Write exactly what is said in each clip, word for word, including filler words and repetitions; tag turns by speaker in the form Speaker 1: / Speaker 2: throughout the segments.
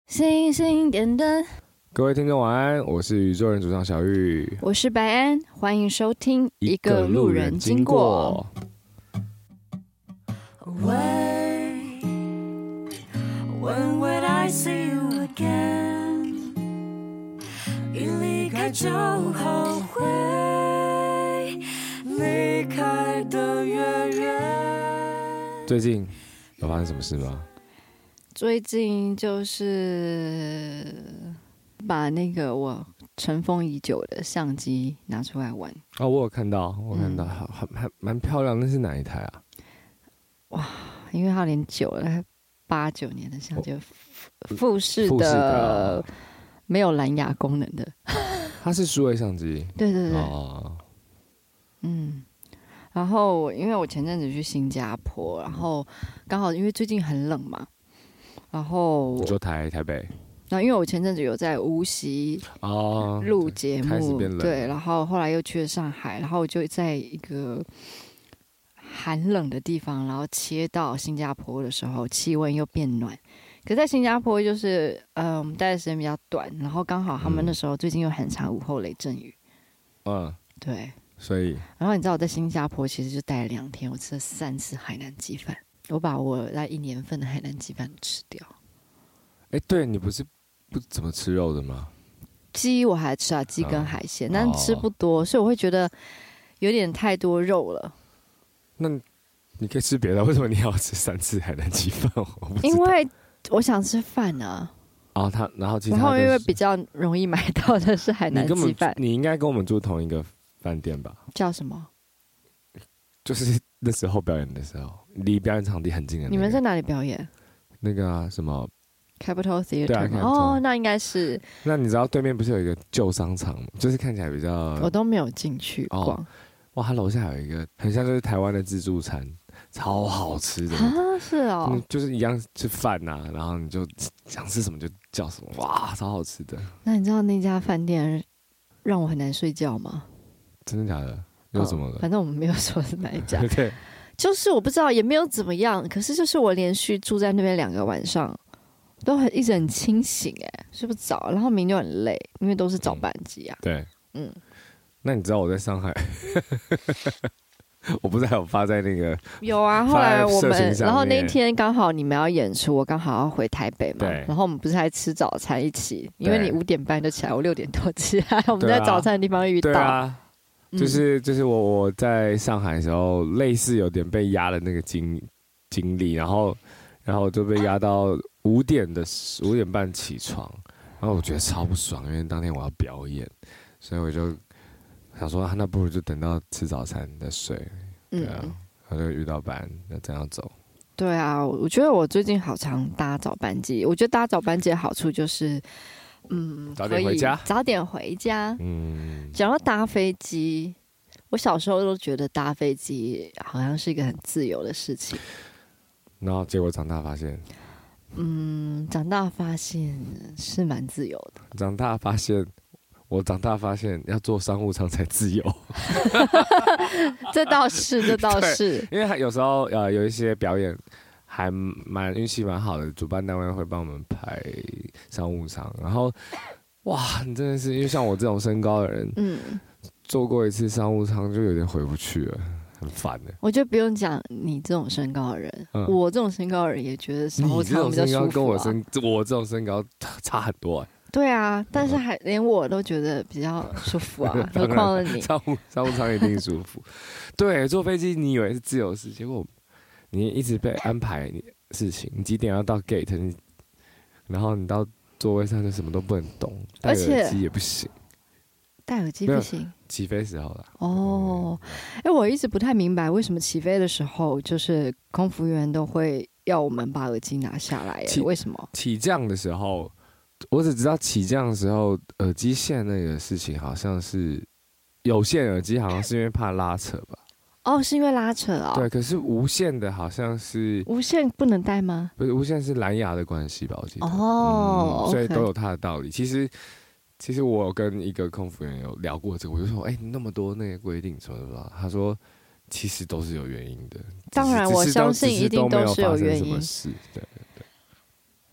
Speaker 1: 星星点灯，
Speaker 2: 各位听众晚安，我是宇宙人主唱小玉，
Speaker 1: 我是白安，欢迎收听一个路人经过。
Speaker 3: Wait, when would I see you again? 一离开就后悔，离开的越远。
Speaker 2: 最近有发生什么事吗？
Speaker 1: 最近就是把那个我尘封已久的相机拿出来玩。
Speaker 2: 哦，我有看到，我有看到，还还还蛮漂亮。那是哪一台啊？
Speaker 1: 哇，因为它有点久了，八九年的相机，富士
Speaker 2: 富士
Speaker 1: 的
Speaker 2: 的
Speaker 1: 没有蓝牙功能的。
Speaker 2: 它是数位相机。
Speaker 1: 对对对，
Speaker 2: 哦，
Speaker 1: 嗯。然后因为我前阵子去新加坡，然后刚好因为最近很冷嘛。然后
Speaker 2: 你说台台北，
Speaker 1: 然后因为我前阵子有在无锡
Speaker 2: 哦
Speaker 1: 录节目，
Speaker 2: 开始变冷，
Speaker 1: 对，然后后来又去了上海，然后就在一个寒冷的地方，然后切到新加坡的时候，气温又变暖。可是在新加坡就是呃，我们待的时间比较短，然后刚好他们那时候最近又很常午后雷阵雨，
Speaker 2: 嗯，对，所以
Speaker 1: 然后你知道我在新加坡其实就待了两天，我吃了三次海南鸡饭。我把我那一年份的海南鸡饭吃掉。
Speaker 2: 哎，对你不是不怎么吃肉的吗？
Speaker 1: 鸡我还吃啊，鸡跟海鲜，嗯、但吃不多，所以我会觉得有点太多肉了。
Speaker 2: 那你可以吃别的，为什么你要吃三次海南鸡饭？我不知道，
Speaker 1: 因为我想吃饭啊。
Speaker 2: 哦，他然后其他
Speaker 1: 然后因为比较容易买到的是海南鸡饭。
Speaker 2: 你应该跟我们住同一个饭店吧？
Speaker 1: 叫什么？
Speaker 2: 就是那时候表演的时候，离表演场地很近的、那個。
Speaker 1: 你们在哪里表演？
Speaker 2: 那个啊，什么
Speaker 1: Capital Theatre
Speaker 2: 对啊，
Speaker 1: 哦，那应该是。
Speaker 2: 那你知道对面不是有一个旧商场吗？就是看起来比较……
Speaker 1: 我都没有进去逛。哦、
Speaker 2: 哇，它楼下有一个很像就是台湾的自助餐，超好吃的
Speaker 1: 啊！是哦、
Speaker 2: 嗯，就是一样吃饭呐、啊，然后你就想吃什么就叫什么，哇，超好吃的。
Speaker 1: 那你知道那家饭店让我很难睡觉吗？
Speaker 2: 真的假的？又怎么了、
Speaker 1: 哦？反正我们没有说是哪一家。
Speaker 2: 对，
Speaker 1: 就是我不知道，也没有怎么样。可是就是我连续住在那边两个晚上，都很一直很清醒、欸，哎，睡不着，然后明天就很累，因为都是早班机啊。
Speaker 2: 嗯、对，
Speaker 1: 嗯。
Speaker 2: 那你知道我在上海，我不是还有发在那个
Speaker 1: 有啊。后来我们，然后那天刚好你们要演出，我刚好要回台北嘛。然后我们不是还吃早餐一起？因为你五点半就起来，我六点多起来，我们在早餐的地方遇到。
Speaker 2: 对啊。就是就是我我在上海的时候，类似有点被压的那个经经历，然后然后就被压到五点的五点半起床，然后我觉得超不爽，因为当天我要表演，所以我就想说，那不如就等到吃早餐再睡，对啊，嗯、然后就遇到班，那这样走。
Speaker 1: 对啊，我觉得我最近好常搭早班机，我觉得搭早班机的好处就是。嗯，
Speaker 2: 早点回家，
Speaker 1: 早点回家。
Speaker 2: 嗯，
Speaker 1: 讲到搭飞机，我小时候都觉得搭飞机好像是一个很自由的事情。
Speaker 2: 然后结果长大发现，
Speaker 1: 嗯，长大发现是蛮自由的。
Speaker 2: 长大发现，我长大发现要坐商务舱才自由。
Speaker 1: 这倒是，这倒是，
Speaker 2: 因为有时候呃有一些表演。还蛮运气蛮好的，主办单位会帮我们排商务舱，然后哇，你真的是因为像我这种身高的人，嗯，坐过一次商务舱就有点回不去了，很烦的。
Speaker 1: 我觉得不用讲你这种身高的人，嗯、我这种身高的人也觉得商务舱比较舒服、啊。
Speaker 2: 你这种身高跟我身我这种身高差很多、欸。
Speaker 1: 对啊，但是还连我都觉得比较舒服啊，何况你
Speaker 2: 商务商务舱一定舒服。对，坐飞机你以为是自由式，结果。你一直被安排你事情，你几点要到 gate， 你然后你到座位上就什么都不能动，戴耳机也不行，
Speaker 1: 戴耳机不行，
Speaker 2: 起飞时候啦。
Speaker 1: 哦，哎、欸，我一直不太明白为什么起飞的时候，就是空服员都会要我们把耳机拿下来，为什么？
Speaker 2: 起降的时候，我只知道起降的时候耳机线那个事情好像是有线耳机，好像是因为怕拉扯吧。
Speaker 1: 哦，是因为拉扯啊、哦？
Speaker 2: 对，可是无线的好像是
Speaker 1: 无线不能戴吗？
Speaker 2: 不是，无线是蓝牙的关系吧？我记得
Speaker 1: 哦、
Speaker 2: 嗯，所以都有它的道理。其实，其实我跟一个空服员有聊过这个，我就说，哎、欸，那么多那个规定什么的，他说其实都是有原因的。
Speaker 1: 当然，我相信一定都是有原因。
Speaker 2: 对对对。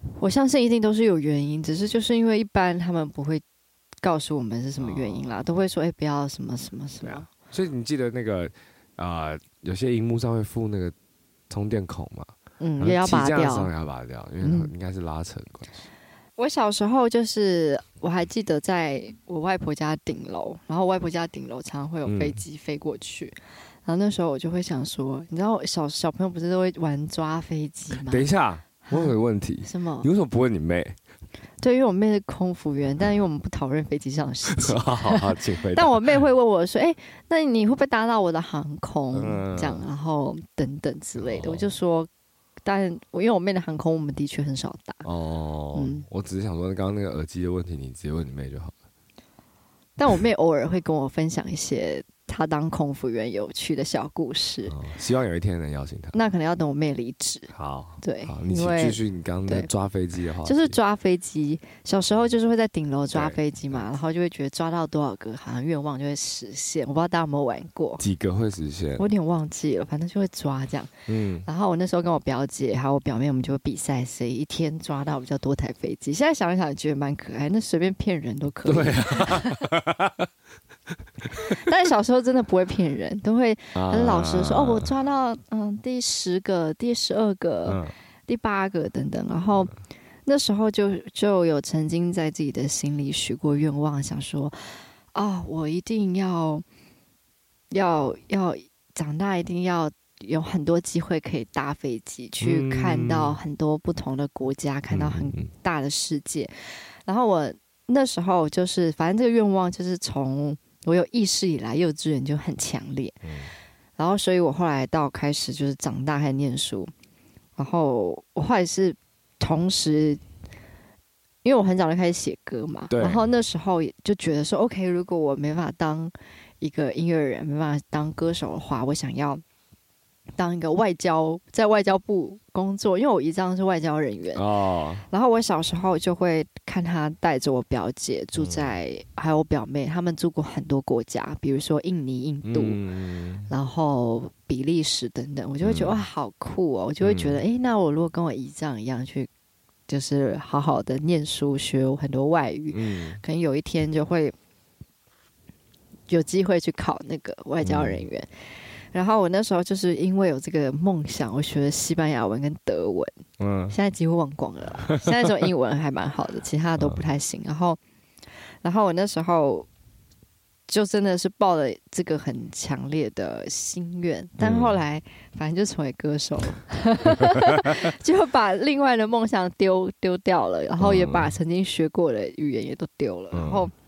Speaker 1: 我相信一定都是有原因，只是就是因为一般他们不会告诉我们是什么原因啦，哦、都会说哎、欸、不要什么什么什么。
Speaker 2: 啊、所以你记得那个啊、呃，有些荧幕上会附那个充电孔嘛？
Speaker 1: 嗯，也要拔掉，
Speaker 2: 也要拔掉，因为应该是拉扯的关系。
Speaker 1: 我小时候就是我还记得在我外婆家顶楼，然后外婆家顶楼常常会有飞机飞过去、嗯，然后那时候我就会想说，你知道小小朋友不是都会玩抓飞机吗？
Speaker 2: 等一下，我有个问题，
Speaker 1: 什么？
Speaker 2: 你为什么不问你妹？
Speaker 1: 对，因为我妹是空服员，但因为我们不讨论飞机上的事情。
Speaker 2: 好好，请回答。
Speaker 1: 但我妹会问我说：“哎、欸，那你会不会搭到我的航空？嗯、这样，然后等等之类的。”我就说。但我因为我妹的航空，我们的确很少搭。
Speaker 2: 哦，嗯，我只是想说，刚刚那个耳机的问题，你直接问你妹就好了。
Speaker 1: 但我妹偶尔会跟我分享一些她当空服员有趣的小故事、
Speaker 2: 哦。希望有一天能邀请她。
Speaker 1: 那可能要等我妹离职。
Speaker 2: 好，
Speaker 1: 对，
Speaker 2: 好，你继续你刚刚在抓飞机的话，
Speaker 1: 就是抓飞机。小时候就是会在顶楼抓飞机嘛，然后就会觉得抓到多少个，好像愿望就会实现。我不知道大家有没有玩过？
Speaker 2: 几个会实现？
Speaker 1: 我有点忘记了，反正就会抓这样。嗯，然后我那时候跟我表姐还有我表妹，我们就会比赛谁一天抓到比较多台飞机。现在想一想，觉得蛮可爱，那随便骗人都可以。
Speaker 2: 对啊。
Speaker 1: 但是小时候真的不会骗人，都会很老实说、啊、哦，我抓到嗯第十个、第十二个、嗯、第八个等等。然后那时候就就有曾经在自己的心里许过愿望，想说啊、哦，我一定要要要长大，一定要有很多机会可以搭飞机、嗯、去看到很多不同的国家，嗯、看到很大的世界。然后我那时候就是反正这个愿望就是从我有意识以来，幼稚园就很强烈、嗯，然后所以我后来到开始就是长大开始念书，然后我后来是同时，因为我很早就开始写歌嘛，然后那时候就觉得说 ，OK， 如果我没办法当一个音乐人，没办法当歌手的话，我想要当一个外交，在外交部工作，因为我姨丈是外交人员哦。然后我小时候就会看他带着我表姐住在，嗯、还有我表妹，他们住过很多国家，比如说印尼、印度，嗯、然后比利时等等，我就会觉得、嗯、哇，好酷哦！我就会觉得，哎、嗯，那我如果跟我姨丈一样去，就是好好的念书，学很多外语，嗯，可能有一天就会有机会去考那个外交人员。嗯，然后我那时候就是因为有这个梦想，我学了西班牙文跟德文，嗯，现在几乎忘光了啦。现在只有英文还蛮好的，其他的都不太行。然后，然后我那时候就真的是抱了这个很强烈的心愿，但后来反正就成为歌手了，就把另外的梦想丢丢掉了，然后也把曾经学过的语言也都丢了。然后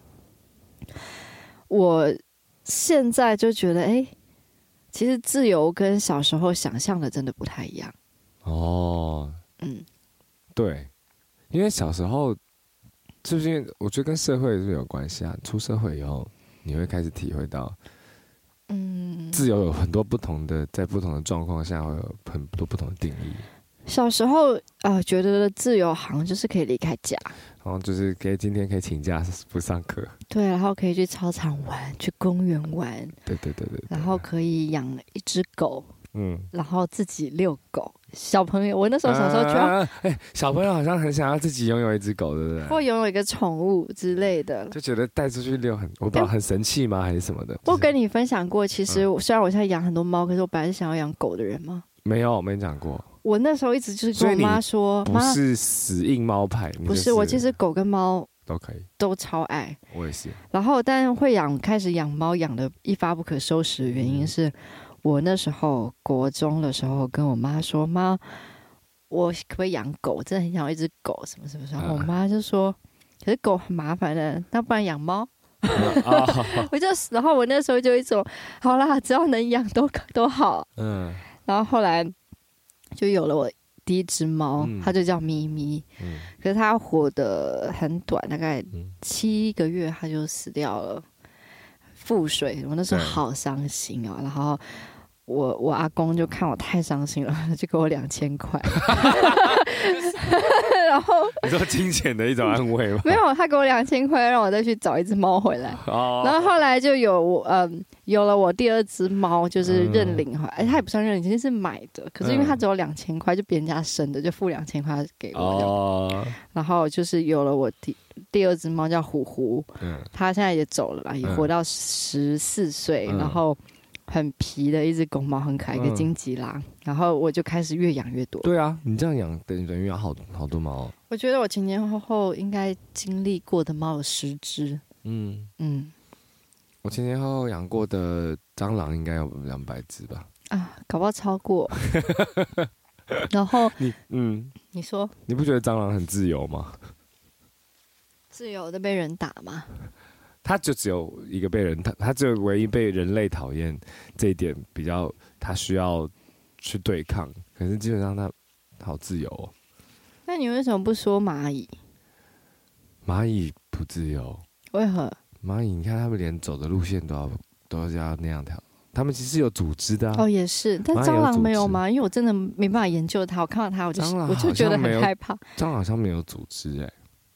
Speaker 1: 我现在就觉得，哎。其实自由跟小时候想象的真的不太一样
Speaker 2: 哦。嗯，对，因为小时候是不是？因为我觉得跟社会是有关系啊。出社会以后，你会开始体会到，嗯，自由有很多不同的，在不同的状况下会有很多不同的定义。
Speaker 1: 小时候呃，觉得自由好像就是可以离开家，
Speaker 2: 然后就是可以今天可以请假不上课，
Speaker 1: 对，然后可以去操场玩，去公园玩，
Speaker 2: 对对对 对, 对，
Speaker 1: 然后可以养一只狗，嗯，然后自己遛狗。小朋友，我那时候小时候觉得，哎、啊
Speaker 2: 欸，小朋友好像很想要自己拥有一只狗，对不对？
Speaker 1: 或拥有一个宠物之类的，
Speaker 2: 就觉得带出去遛很，我不知道很神气吗，还是什么的？
Speaker 1: 我跟你分享过，其实、嗯、虽然我现在养很多猫，可是我本来是想要养狗的人吗？
Speaker 2: 没有，没讲过。
Speaker 1: 我那时候一直就是跟我妈说，
Speaker 2: 不是死硬猫派，
Speaker 1: 不是，我其实狗跟猫
Speaker 2: 都可以，
Speaker 1: 都超爱。
Speaker 2: 我也是。
Speaker 1: 然后，但会养，开始养猫养的一发不可收拾的原因是，我那时候国中的时候跟我妈说，妈，我可不可以养狗？我真的很想要一只狗，什么什么什么。然后我妈就说，可是狗很麻烦的，那不然养猫。我就，然后我那时候就一种，好啦，只要能养都都好。嗯。然后后来就有了我第一只猫，嗯、它就叫咪咪。嗯、可是它活得很短，大概七个月它就死掉了，腹水。我那时候好伤心哦。然后我我阿公就看我太伤心了，就给我两千块。 然后
Speaker 2: 你说金钱的一种安慰吗？
Speaker 1: 没有，他给我两千块，让我再去找一只猫回来。
Speaker 2: 哦，
Speaker 1: 然后后来就有我嗯有了我第二只猫，就是认领哈，哎、嗯，它也不算认领，其实是买的，可是因为它只有两千块，就别人家生的，就付两千块给我。哦，然后就是有了我第第二只猫叫虎虎，嗯，它现在也走了啦，也活到十四岁，然后。很皮的一只公猫，很可爱，一个金吉拉、嗯。然后我就开始越养越多。
Speaker 2: 对啊，你这样养等于等于养好好多猫、哦。
Speaker 1: 我觉得我前前后后应该经历过的猫有十只。嗯
Speaker 2: 嗯，我前前后后养过的蟑螂应该有两百只吧？
Speaker 1: 啊，搞不好超过。然后
Speaker 2: 你嗯，
Speaker 1: 你说
Speaker 2: 你不觉得蟑螂很自由吗？
Speaker 1: 自由的被人打吗？
Speaker 2: 他就只有一个被人，他他只有唯一被人类讨厌这一点比较，他需要去对抗。可是基本上他好自由哦。
Speaker 1: 那你为什么不说蚂蚁？
Speaker 2: 蚂蚁不自由，
Speaker 1: 为何？
Speaker 2: 蚂蚁，你看他们连走的路线都要都要那样条，他们其实有组织的、啊。
Speaker 1: 哦，也是，但蟑螂没有吗？因为我真的没办法研究它，我看到它我就我就觉得很害怕。
Speaker 2: 蟑螂好像没有组织哎、欸。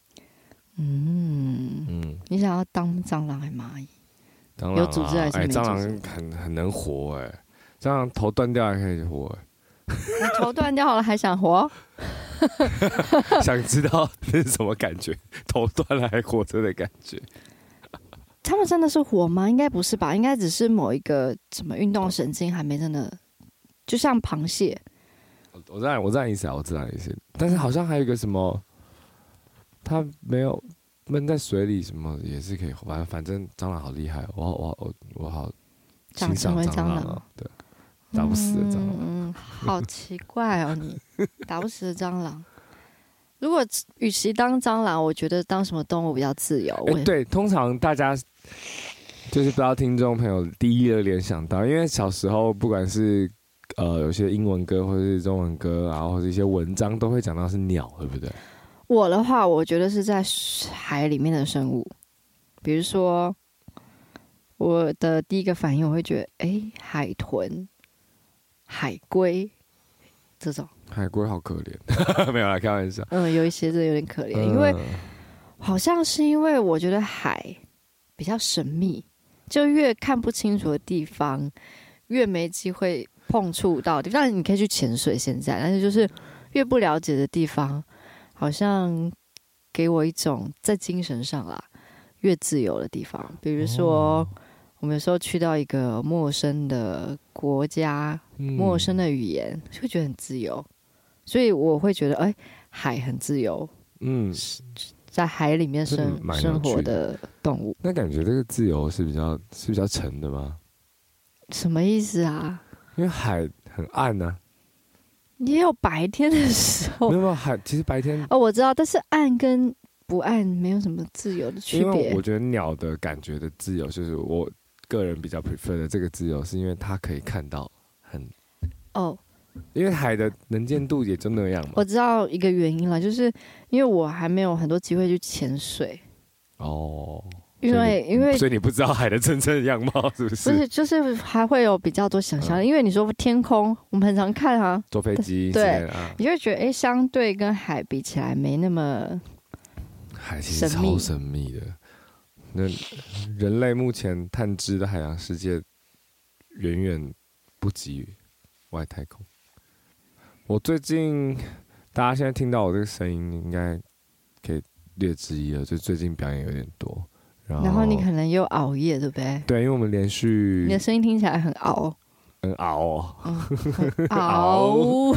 Speaker 1: 嗯嗯，你想要当蟑螂还是蚂蚁？
Speaker 2: 蟑螂、啊、
Speaker 1: 有组织还是没组织？
Speaker 2: 蟑螂很很能活哎、欸，蟑螂头断掉还可以活哎、
Speaker 1: 欸。你头断掉了还想活？
Speaker 2: 想知道那是什么感觉？头断了还活着的感觉？
Speaker 1: 他们真的是活吗？应该不是吧？应该只是某一个什么运动神经还没真的，就像螃蟹。
Speaker 2: 我知道，我知道意思啊，我知道意思。但是好像还有一个什么。它没有闷在水里，什么也是可以。反正反正蟑螂好厉害，我我我我好欣赏蟑螂哦。对，打不死的蟑螂。
Speaker 1: 嗯，好奇怪哦，你打不死的蟑螂。如果与其当蟑螂，我觉得当什么动物比较自由。
Speaker 2: 欸、对，通常大家就是不知道听众朋友第一个联想到，因为小时候不管是呃有些英文歌或者是中文歌啊，或者一些文章都会讲到是鸟，对不对？
Speaker 1: 我的话，我觉得是在海里面的生物，比如说我的第一个反应，我会觉得，哎、欸，海豚、海龟这种。
Speaker 2: 海龟好可怜，没有啦，开玩笑。
Speaker 1: 嗯，有一些真的有点可怜，嗯、因为好像是因为我觉得海比较神秘，就越看不清楚的地方，越没机会碰触到。当然你可以去潜水，现在，但是就是越不了解的地方。好像给我一种在精神上啦越自由的地方，比如说、哦、我们有时候去到一个陌生的国家、嗯、陌生的语言，就会觉得很自由，所以我会觉得哎、欸，海很自由。嗯，在海里面生生活的动物，
Speaker 2: 那感觉这个自由是比较是比较沉的吗？
Speaker 1: 什么意思啊？
Speaker 2: 因为海很暗啊。
Speaker 1: 也有白天的时候，
Speaker 2: 没有没有海，其实白天
Speaker 1: 哦，我知道，但是暗跟不暗没有什么自由的区别。
Speaker 2: 因为我觉得鸟的感觉的自由，就是我个人比较 prefer 的这个自由，是因为它可以看到很哦，因为海的能见度也就那样嘛。
Speaker 1: 我知道一个原因了，就是因为我还没有很多机会去潜水哦。因为因为
Speaker 2: 所以你不知道海的真正样貌是不是？
Speaker 1: 不是，就是还会有比较多想象、嗯。因为你说天空，我们很常看啊，
Speaker 2: 坐飞机
Speaker 1: 对、
Speaker 2: 啊，
Speaker 1: 你就会觉得哎、欸，相对跟海比起来没那么
Speaker 2: 海其实超神秘的。那人类目前探知的海洋世界远远不及外太空。我最近大家现在听到我这个声音，应该可以略知一二，就最近表演有点多。然后,
Speaker 1: 然后你可能又熬夜，对不对？
Speaker 2: 对，因为我们连续，
Speaker 1: 你的声音听起来很熬，
Speaker 2: 很熬、哦，
Speaker 1: 嗯、很熬，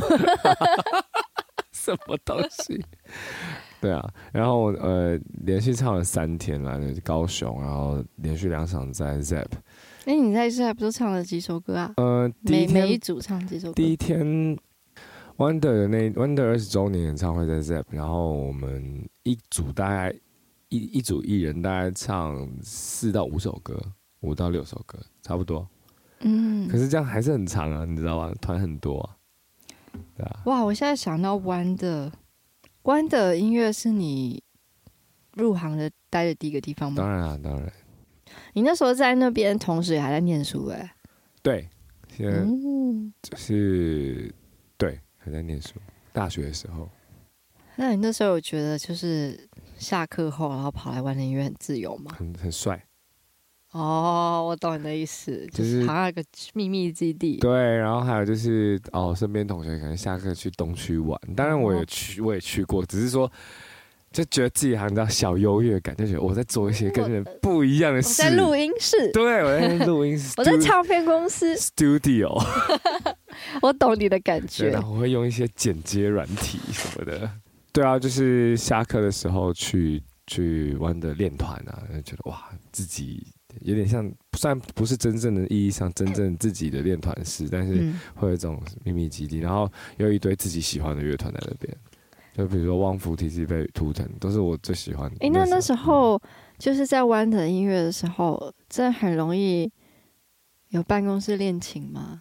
Speaker 2: 什么东西？对啊，然后呃，连续唱了三天啦，就是高雄，然后连续两场在 Z E P。
Speaker 1: 哎、欸，你在 Z E P 都唱了几首歌啊？
Speaker 2: 呃，第一天
Speaker 1: 每每一组唱几首歌？
Speaker 2: 第一天 Wonder 的那 Wonder 二十周年演唱会在 Z E P， 然后我们一组大概。一, 一组艺人大概唱四到五首歌，五到六首歌，差不多。嗯，可是这样还是很长啊，你知道吗？团很多啊，对啊。
Speaker 1: 哇，我现在想到弯的，弯的音乐是你入行的待的第一个地方吗？
Speaker 2: 当然啊，当然。
Speaker 1: 你那时候在那边，同时也还在念书哎、欸。
Speaker 2: 对，现在就是、嗯、对，还在念书，大学的时候。
Speaker 1: 那你那时候有觉得就是下课后然后跑来玩的音乐很自由吗？
Speaker 2: 很很帅。
Speaker 1: 哦，我懂你的意思，就
Speaker 2: 就是
Speaker 1: 是好像有个秘密基地。
Speaker 2: 对，然后还有就是哦，身边同学可能下课去东区玩，当然我也去，我也去过，只是说就觉得自己好像知道小优越感，就觉得我在做一些跟人不一样的
Speaker 1: 我
Speaker 2: 事。
Speaker 1: 在录音室，
Speaker 2: 对，我在录音室，
Speaker 1: 我在唱片公司
Speaker 2: studio，
Speaker 1: 我懂你的感
Speaker 2: 对，
Speaker 1: 觉
Speaker 2: 然。后我会用一些剪接软体什么的。对啊，就是下课的时候去去玩的练团啊，就觉得哇，自己有点像，虽然不是真正的意义上真正自己的练团式，但是会有一种秘密基地，然后有一堆自己喜欢的乐团在那边。就比如说旺福、T C 贝、图腾，都是我最喜欢的。
Speaker 1: 哎、欸，那那时候、嗯、就是在玩的音乐的时候，真的很容易有办公室恋情吗？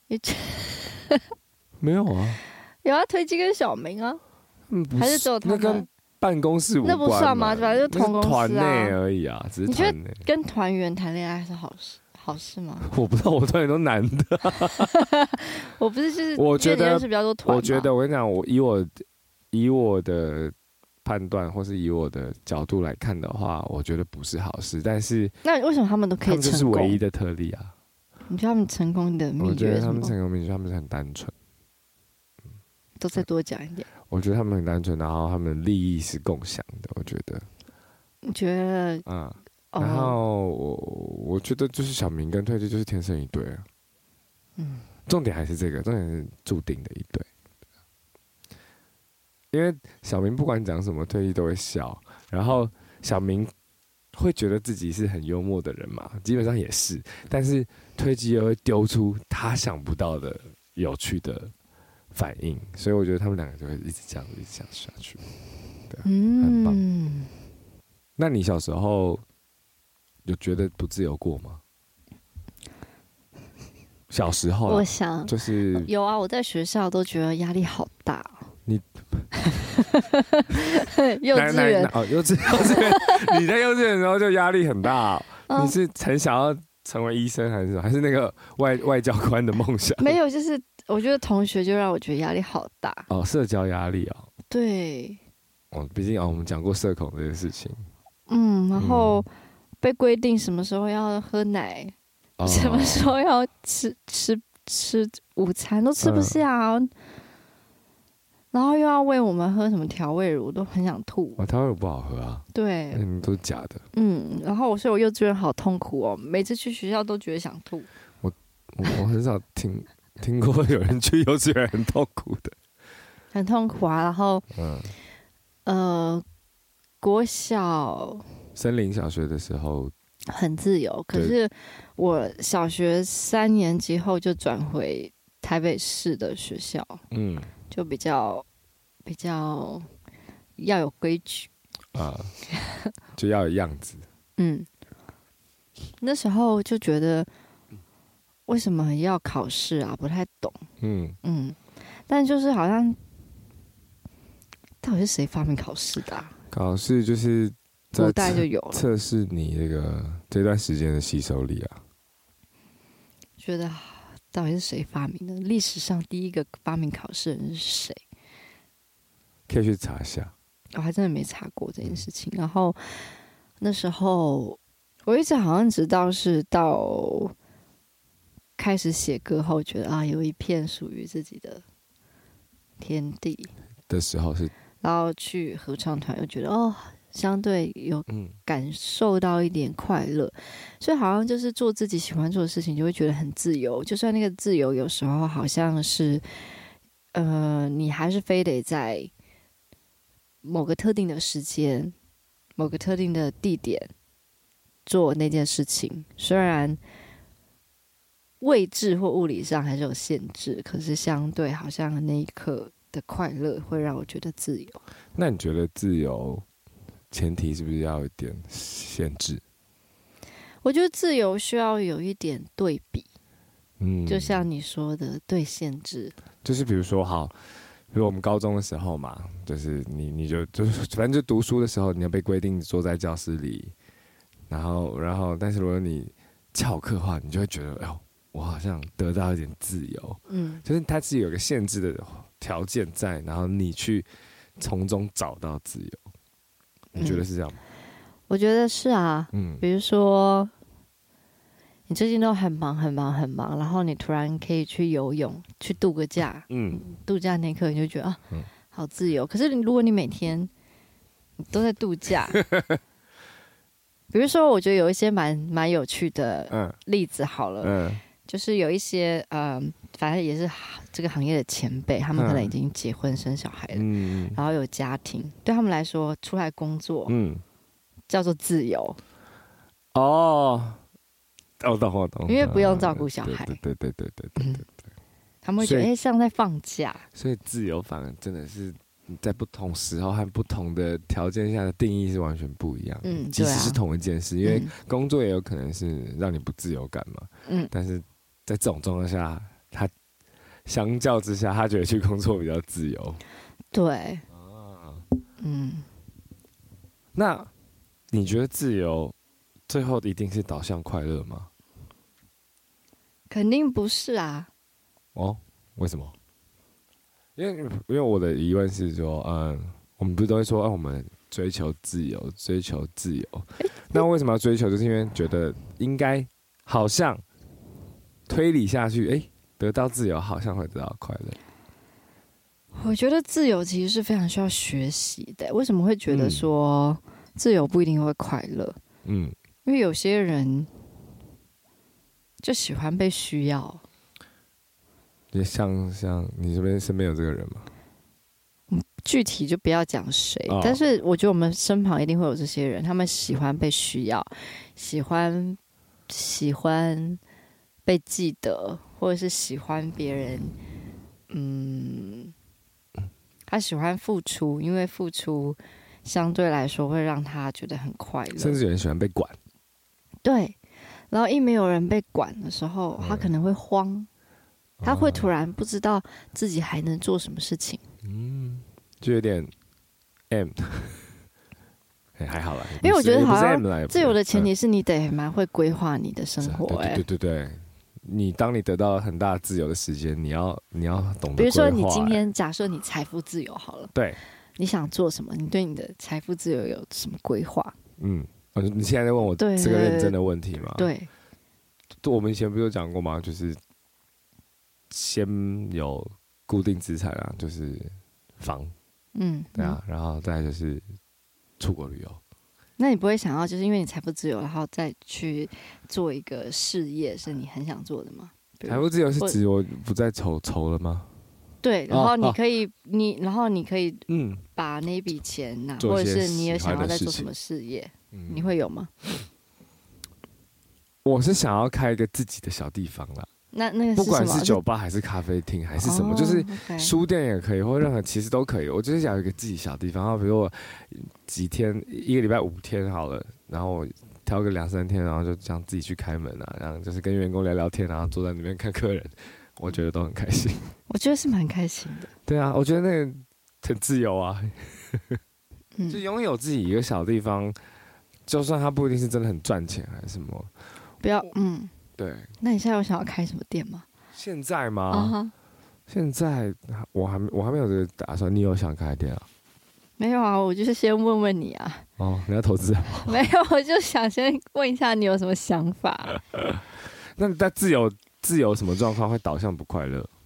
Speaker 2: 没有啊，
Speaker 1: 有啊，推机跟小明啊，
Speaker 2: 嗯，
Speaker 1: 还是只有他们？
Speaker 2: 那跟办公室无关，
Speaker 1: 那不算吗？反正就同公司啊，
Speaker 2: 团内而已啊，只是团内。
Speaker 1: 你觉得跟团员谈恋爱是好事？好事吗？
Speaker 2: 我不知道，我团员都男的。
Speaker 1: 我不是，就是
Speaker 2: 我觉得
Speaker 1: 是比较多团。
Speaker 2: 我觉得我跟你讲，我以我。以我的判断，或是以我的角度来看的话，我觉得不是好事。但是，
Speaker 1: 那为什么他们都可以成功？
Speaker 2: 他们就是唯一的特例啊！
Speaker 1: 你觉得他们成功的秘诀？
Speaker 2: 我觉得他们成功秘诀，他们是很单纯。
Speaker 1: 都再多讲一点。
Speaker 2: 我觉得他们很单纯，然后他们利益是共享的。我觉得，
Speaker 1: 你觉得？
Speaker 2: 嗯，然后我我觉得就是小明跟推推就是天生一对啊。嗯，重点还是这个，重点是注定的一对。因为小明不管讲什么，推力都会笑。然后小明会觉得自己是很幽默的人嘛，基本上也是。但是推机又会丢出他想不到的有趣的反应，所以我觉得他们两个就会一直这样子一直这样下去。对，很棒。嗯，那你小时候有觉得不自由过吗？小时候，
Speaker 1: 我想
Speaker 2: 就是
Speaker 1: 有啊，我在学校都觉得压力好大。
Speaker 2: 你
Speaker 1: 幼稚园
Speaker 2: 哦，幼稚幼稚园，你在幼稚园的时候就压力很大、哦。你是很想要成为医生，还是什么？还是那个外外交官的梦想？
Speaker 1: 没有，就是我觉得同学就让我觉得压力好大。
Speaker 2: 哦，社交压力哦。
Speaker 1: 对。
Speaker 2: 哦，毕竟哦，我们讲过社恐这件事情。
Speaker 1: 嗯，然后被规定什么时候要喝奶，哦、什么时候要吃吃吃午餐，都吃不下、嗯。然后又要喂我们喝什么调味乳，我都很想吐。
Speaker 2: 哦，调味乳不好喝啊。
Speaker 1: 对，
Speaker 2: 嗯，都是假的。
Speaker 1: 嗯，然后我说我幼稚园好痛苦哦，每次去学校都觉得想吐。
Speaker 2: 我我我很少听听过有人去幼稚园很痛苦的，
Speaker 1: 很痛苦啊。然后，嗯，呃，国小
Speaker 2: 森林小学的时候
Speaker 1: 很自由，可是我小学三年级后就转回台北市的学校，嗯。就比较比较要有规矩
Speaker 2: 啊，就要有样子。
Speaker 1: 嗯，那时候就觉得为什么要考试啊？不太懂。嗯嗯，但就是好像到底是谁发明考试的、啊？
Speaker 2: 考试就是
Speaker 1: 古代就有了，
Speaker 2: 测试你这个这段时间的吸收力啊。
Speaker 1: 觉得。到底是谁发明的？历史上第一个发明考试的人是谁？
Speaker 2: 可以去查一下。
Speaker 1: 我还真的没查过这件事情。然后那时候我一直好像直到是到开始写歌后，觉得啊，有一片属于自己的天地
Speaker 2: 的时候是，
Speaker 1: 然后去合唱团又觉得哦。相对有感受到一点快乐、嗯，所以好像就是做自己喜欢做的事情，就会觉得很自由。就算那个自由有时候好像是，呃，你还是非得在某个特定的时间、某个特定的地点做那件事情。虽然位置或物理上还是有限制，可是相对好像那一刻的快乐会让我觉得自由。
Speaker 2: 那你觉得自由？前提是不是要有一点限制？
Speaker 1: 我觉得自由需要有一点对比，嗯，就像你说的，对限制，
Speaker 2: 就是比如说，好，比如我们高中的时候嘛，就是你你就就是反正就读书的时候，你要被规定坐在教室里，然后然后，但是如果你翘课的话，你就会觉得，哎呦，我好像得到一点自由，嗯，就是它是有个限制的条件在，然后你去从中找到自由。你觉得是这样吗？
Speaker 1: 我觉得是啊，
Speaker 2: 嗯，
Speaker 1: 比如说你最近都很忙很忙很忙，然后你突然可以去游泳，去度个假，
Speaker 2: 嗯，
Speaker 1: 度假那一刻你就觉得啊，
Speaker 2: 嗯
Speaker 1: 好自由。可是如果你每天你都在度假，比如说，我觉得有一些蛮蛮有趣的例子好了，
Speaker 2: 嗯，
Speaker 1: 就是有一些呃，反正也是这个行业的前辈，他们可能已经结婚生小孩了，
Speaker 2: 嗯，
Speaker 1: 然后有家庭，对他们来说，出来工作，嗯，叫做自由。
Speaker 2: 哦，我懂我懂，
Speaker 1: 因为不用照顾小孩，
Speaker 2: 对对对对对对对对，
Speaker 1: 他们会觉得哎、欸，像在放假。
Speaker 2: 所以自由反而真的是在不同时候和不同的条件下的定义是完全不一样的。嗯，即使是同一件事，因为工作也有可能是让你不自由感嘛。嗯，但是在这种状况下，他相较之下，他觉得去工作比较自由。
Speaker 1: 对，啊，嗯，
Speaker 2: 那你觉得自由最后一定是导向快乐吗？
Speaker 1: 肯定不是啊。
Speaker 2: 哦，为什么？因为因为我的疑问是说，嗯，我们不是都会说，啊，我们追求自由，追求自由。那为什么要追求？就是因为觉得应该好像推理下去，哎、欸，得到自由好像会得到快乐。
Speaker 1: 我觉得自由其实是非常需要学习的。为什么会觉得说自由不一定会快乐？嗯，因为有些人就喜欢被需要。
Speaker 2: 也像像你这边身边有这个人吗？
Speaker 1: 具体就不要讲谁，哦，但是我觉得我们身旁一定会有这些人，他们喜欢被需要，喜欢喜欢被记得，或者是喜欢别人，嗯，他喜欢付出，因为付出相对来说会让他觉得很快乐，
Speaker 2: 甚至有人喜欢被管。
Speaker 1: 对，然后一没有人被管的时候，他可能会慌。他会突然不知道自己还能做什么事情，嗯，
Speaker 2: 就有点 M， 还好啦，
Speaker 1: 因为我觉得好像自由的前提是你得蛮会规划你的生活，哎，
Speaker 2: 对对对对，你当你得到很大自由的时间，你要你要懂得，
Speaker 1: 比如说你今天假设你财富自由好了，
Speaker 2: 对，
Speaker 1: 你想做什么？你对你的财富自由有什么规划？
Speaker 2: 嗯，你现在在问我这个认真的问题吗？
Speaker 1: 对，
Speaker 2: 我们以前不是有讲过吗？就是先有固定资产啊，就是房，嗯，对啊，然后再来就是出国旅游。
Speaker 1: 那你不会想要，就是因为你财富自由，然后再去做一个事业，是你很想做的吗？
Speaker 2: 财富自由是指我不再愁愁了吗？
Speaker 1: 对，然后你可以，哦、你然后你可以，嗯，把那笔钱拿，或者是你也想要在做什么事业，嗯、你会有吗？
Speaker 2: 我是想要开一个自己的小地方啦。
Speaker 1: 那那个
Speaker 2: 不管是酒吧还是咖啡厅还是什么，哦、就是书店也可以，或任何其实都可以。我就是想有一个自己小地方，然后比如我几天一个礼拜五天好了，然后我挑个两三天，然后就这样自己去开门啊，然后就是跟员工聊聊天，然后坐在那边看客人，我觉得都很开心。
Speaker 1: 我觉得是蛮开心的。
Speaker 2: 对啊，我觉得那个很自由啊，就拥有自己一个小地方，就算它不一定是真的很赚钱还是什么，
Speaker 1: 不要嗯。
Speaker 2: 对，
Speaker 1: 那你现在有想要开什么店吗？
Speaker 2: 现在吗？ uh-huh. 现在我还我还没有这个打算。你有想开店啊？
Speaker 1: 没有啊，我就是先问问你啊。
Speaker 2: 哦，你要投资？
Speaker 1: 没有，我就想先问一下你有什么想法。
Speaker 2: 那在自由自由什么状况会导向不快乐？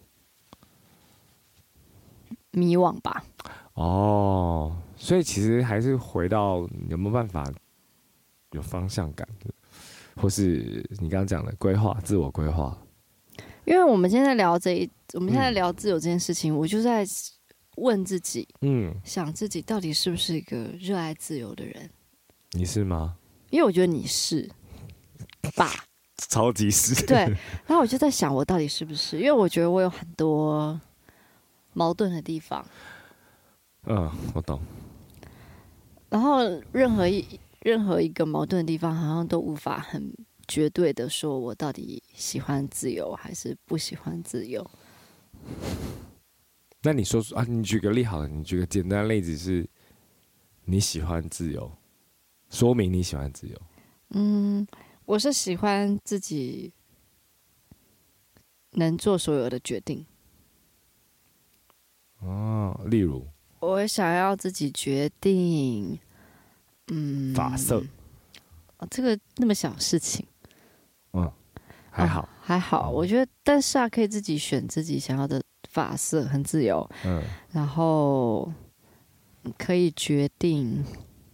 Speaker 1: 迷惘吧。
Speaker 2: 哦，所以其实还是回到有没有办法有方向感的。或是你刚刚讲的规划，自我规划。
Speaker 1: 因为我们现在聊这一，我们现在聊自由这件事情，嗯、我就在问自己，嗯，想自己到底是不是一个热爱自由的人？
Speaker 2: 你是吗？
Speaker 1: 因为我觉得你是吧，
Speaker 2: 超级是。
Speaker 1: 对，然后我就在想，我到底是不是？因为我觉得我有很多矛盾的地方。
Speaker 2: 嗯，我懂。
Speaker 1: 然后任何一。任何一个矛盾的地方，好像都无法很绝对的说，我到底喜欢自由还是不喜欢自由。
Speaker 2: 那你说啊，你举个例好了，你举个简单的例子是，你喜欢自由，说明你喜欢自由。
Speaker 1: 嗯，我是喜欢自己能做所有的决定。
Speaker 2: 哦，例如，
Speaker 1: 我想要自己决定，嗯，
Speaker 2: 发色，
Speaker 1: 哦，这个那么小事情，
Speaker 2: 嗯，还好，
Speaker 1: 哦、还好，我觉得，但是啊，可以自己选自己想要的发色，很自由，
Speaker 2: 嗯，
Speaker 1: 然后可以决定，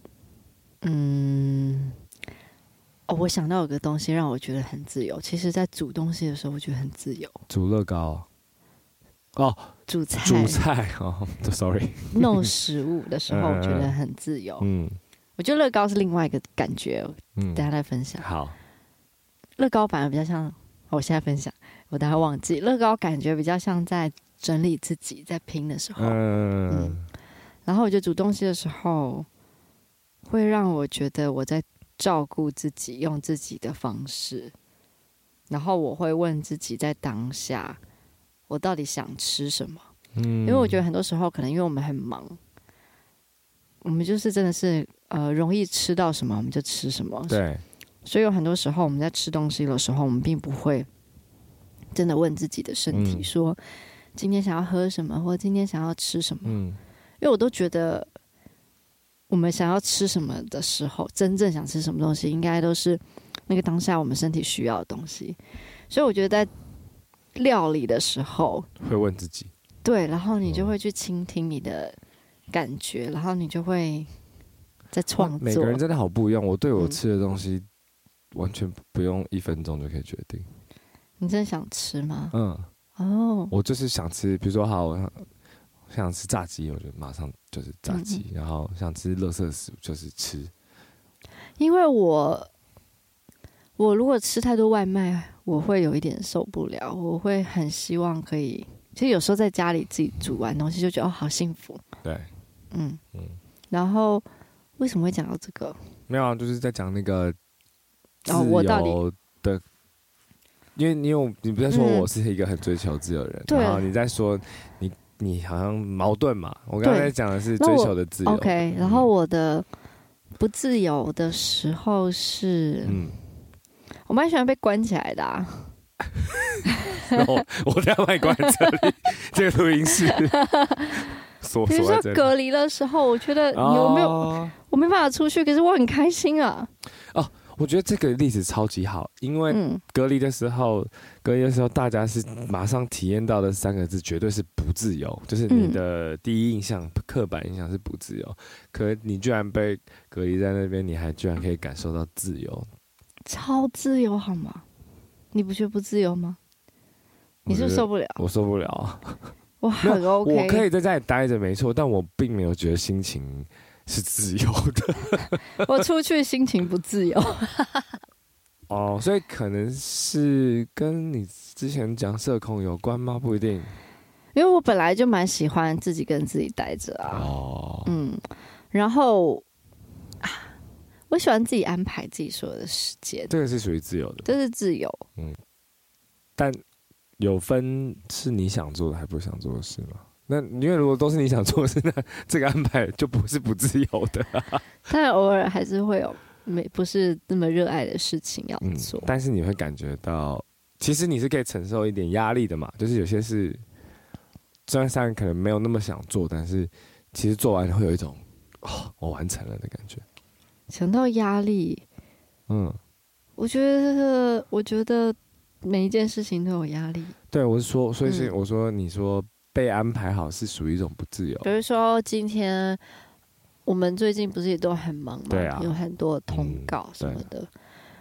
Speaker 1: 嗯。哦，我想到有个东西让我觉得很自由。其实，在煮东西的时候，我觉得很自由。
Speaker 2: 煮乐高哦，
Speaker 1: 煮菜，
Speaker 2: 煮菜哦，sorry，
Speaker 1: 弄食物的时候，我觉得很自由。
Speaker 2: 嗯，
Speaker 1: 我觉得乐高是另外一个感觉，
Speaker 2: 嗯，
Speaker 1: 等一下再分享。
Speaker 2: 好，
Speaker 1: 乐高反而比较像，我现在分享，我等一下忘记。乐高感觉比较像在整理自己，在拼的时候，嗯，嗯然后我觉得煮东西的时候，会让我觉得我在照顾自己，用自己的方式，然后我会问自己，在当下我到底想吃什么？嗯，因为我觉得很多时候可能因为我们很忙，我们就是真的是呃容易吃到什么我们就吃什么，
Speaker 2: 对，
Speaker 1: 所以有很多时候我们在吃东西的时候，我们并不会真的问自己的身体说、嗯、今天想要喝什么，或者今天想要吃什么，嗯，因为我都觉得。我们想要吃什么的时候，真正想吃什么东西，应该都是那个当下我们身体需要的东西。所以我觉得在料理的时候，
Speaker 2: 会问自己，
Speaker 1: 对，然后你就会去倾听你的感觉，然后你就会在创作。
Speaker 2: 每个人真的好不一样。我对我吃的东西，完全不用一分钟就可以决定。
Speaker 1: 你真的想吃吗？
Speaker 2: 嗯，哦，我就是想吃，比如说好。想吃炸鸡，我就马上就是炸鸡，嗯、然后想吃垃圾食物就是吃。
Speaker 1: 因为我我如果吃太多外卖，我会有一点受不了。我会很希望可以，其实有时候在家里自己煮完东西，就觉得哦，好幸福。
Speaker 2: 对，
Speaker 1: 嗯嗯。然后为什么会讲到这个？
Speaker 2: 没有啊，就是在讲那个自
Speaker 1: 由
Speaker 2: 的，哦、因为因为你不是说我是一个很追求自由的人，嗯、然后你在说你。你好像矛盾嘛？我刚才讲的是追求的自由。
Speaker 1: OK， 然后我的不自由的时候是，嗯，我蛮喜欢被关起来的啊。
Speaker 2: 我我等下把你关在这里，这个录音室。
Speaker 1: 比如说隔离的时候，我觉得你有没有？哦、我没办法出去，可是我很开心啊。
Speaker 2: 哦。我觉得这个例子超级好，因为隔离的时候，嗯、隔离的时候，大家是马上体验到的三个字，绝对是不自由，就是你的第一印象、嗯、刻板印象是不自由。可你居然被隔离在那边，你还居然可以感受到自由，
Speaker 1: 超自由好吗？你不觉得不自由吗？你是不是受不了？
Speaker 2: 我受不了啊！
Speaker 1: 我很 OK，
Speaker 2: 我可以在家里待着没错，但我并没有觉得心情。是自由的，
Speaker 1: 我出去心情不自由。
Speaker 2: 哦，所以可能是跟你之前讲社恐有关吗？不一定，
Speaker 1: 因为我本来就蛮喜欢自己跟自己待着啊。哦，嗯，然后啊，我喜欢自己安排自己所有的时间，
Speaker 2: 这个是属于自由的，
Speaker 1: 这是自由。
Speaker 2: 嗯，但有分是你想做的还不想做的事吗？那因为如果都是你想做的事，那这个安排就不是不自由的、啊。
Speaker 1: 但偶尔还是会有没不是那么热爱的事情要做、嗯。
Speaker 2: 但是你会感觉到，其实你是可以承受一点压力的嘛。就是有些事，虽然上可能没有那么想做，但是其实做完会有一种、哦、我完成了的感觉。
Speaker 1: 想到压力，嗯，我觉得我觉得每一件事情都有压力。
Speaker 2: 对，我是说，所以是我说，你说。被安排好是属于一种不自由。
Speaker 1: 比如说，今天我们最近不是也都很忙嘛？
Speaker 2: 对啊，
Speaker 1: 有很多通告什么的。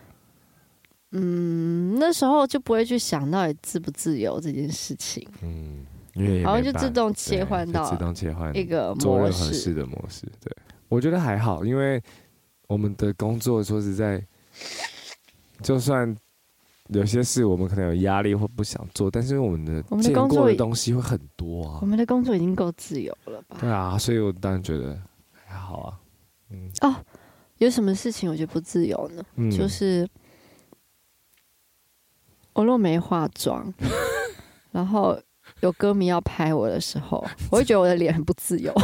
Speaker 1: 嗯，嗯那时候就不会去想到底自不自由这件事情。嗯，
Speaker 2: 因为
Speaker 1: 然后就自动切换到
Speaker 2: 自动切换
Speaker 1: 一个模式
Speaker 2: 做任何事的模式。对，我觉得还好，因为我们的工作说实在，就算。有些事我们可能有压力或不想做，但是我们的见过的东西会很多啊。
Speaker 1: 我们的工作已经够自由了吧？
Speaker 2: 对啊，所以我当然觉得还好啊。
Speaker 1: 嗯，哦，有什么事情我觉得不自由呢？嗯、就是我若没化妆，然后有歌迷要拍我的时候，我会觉得我的脸很不自由。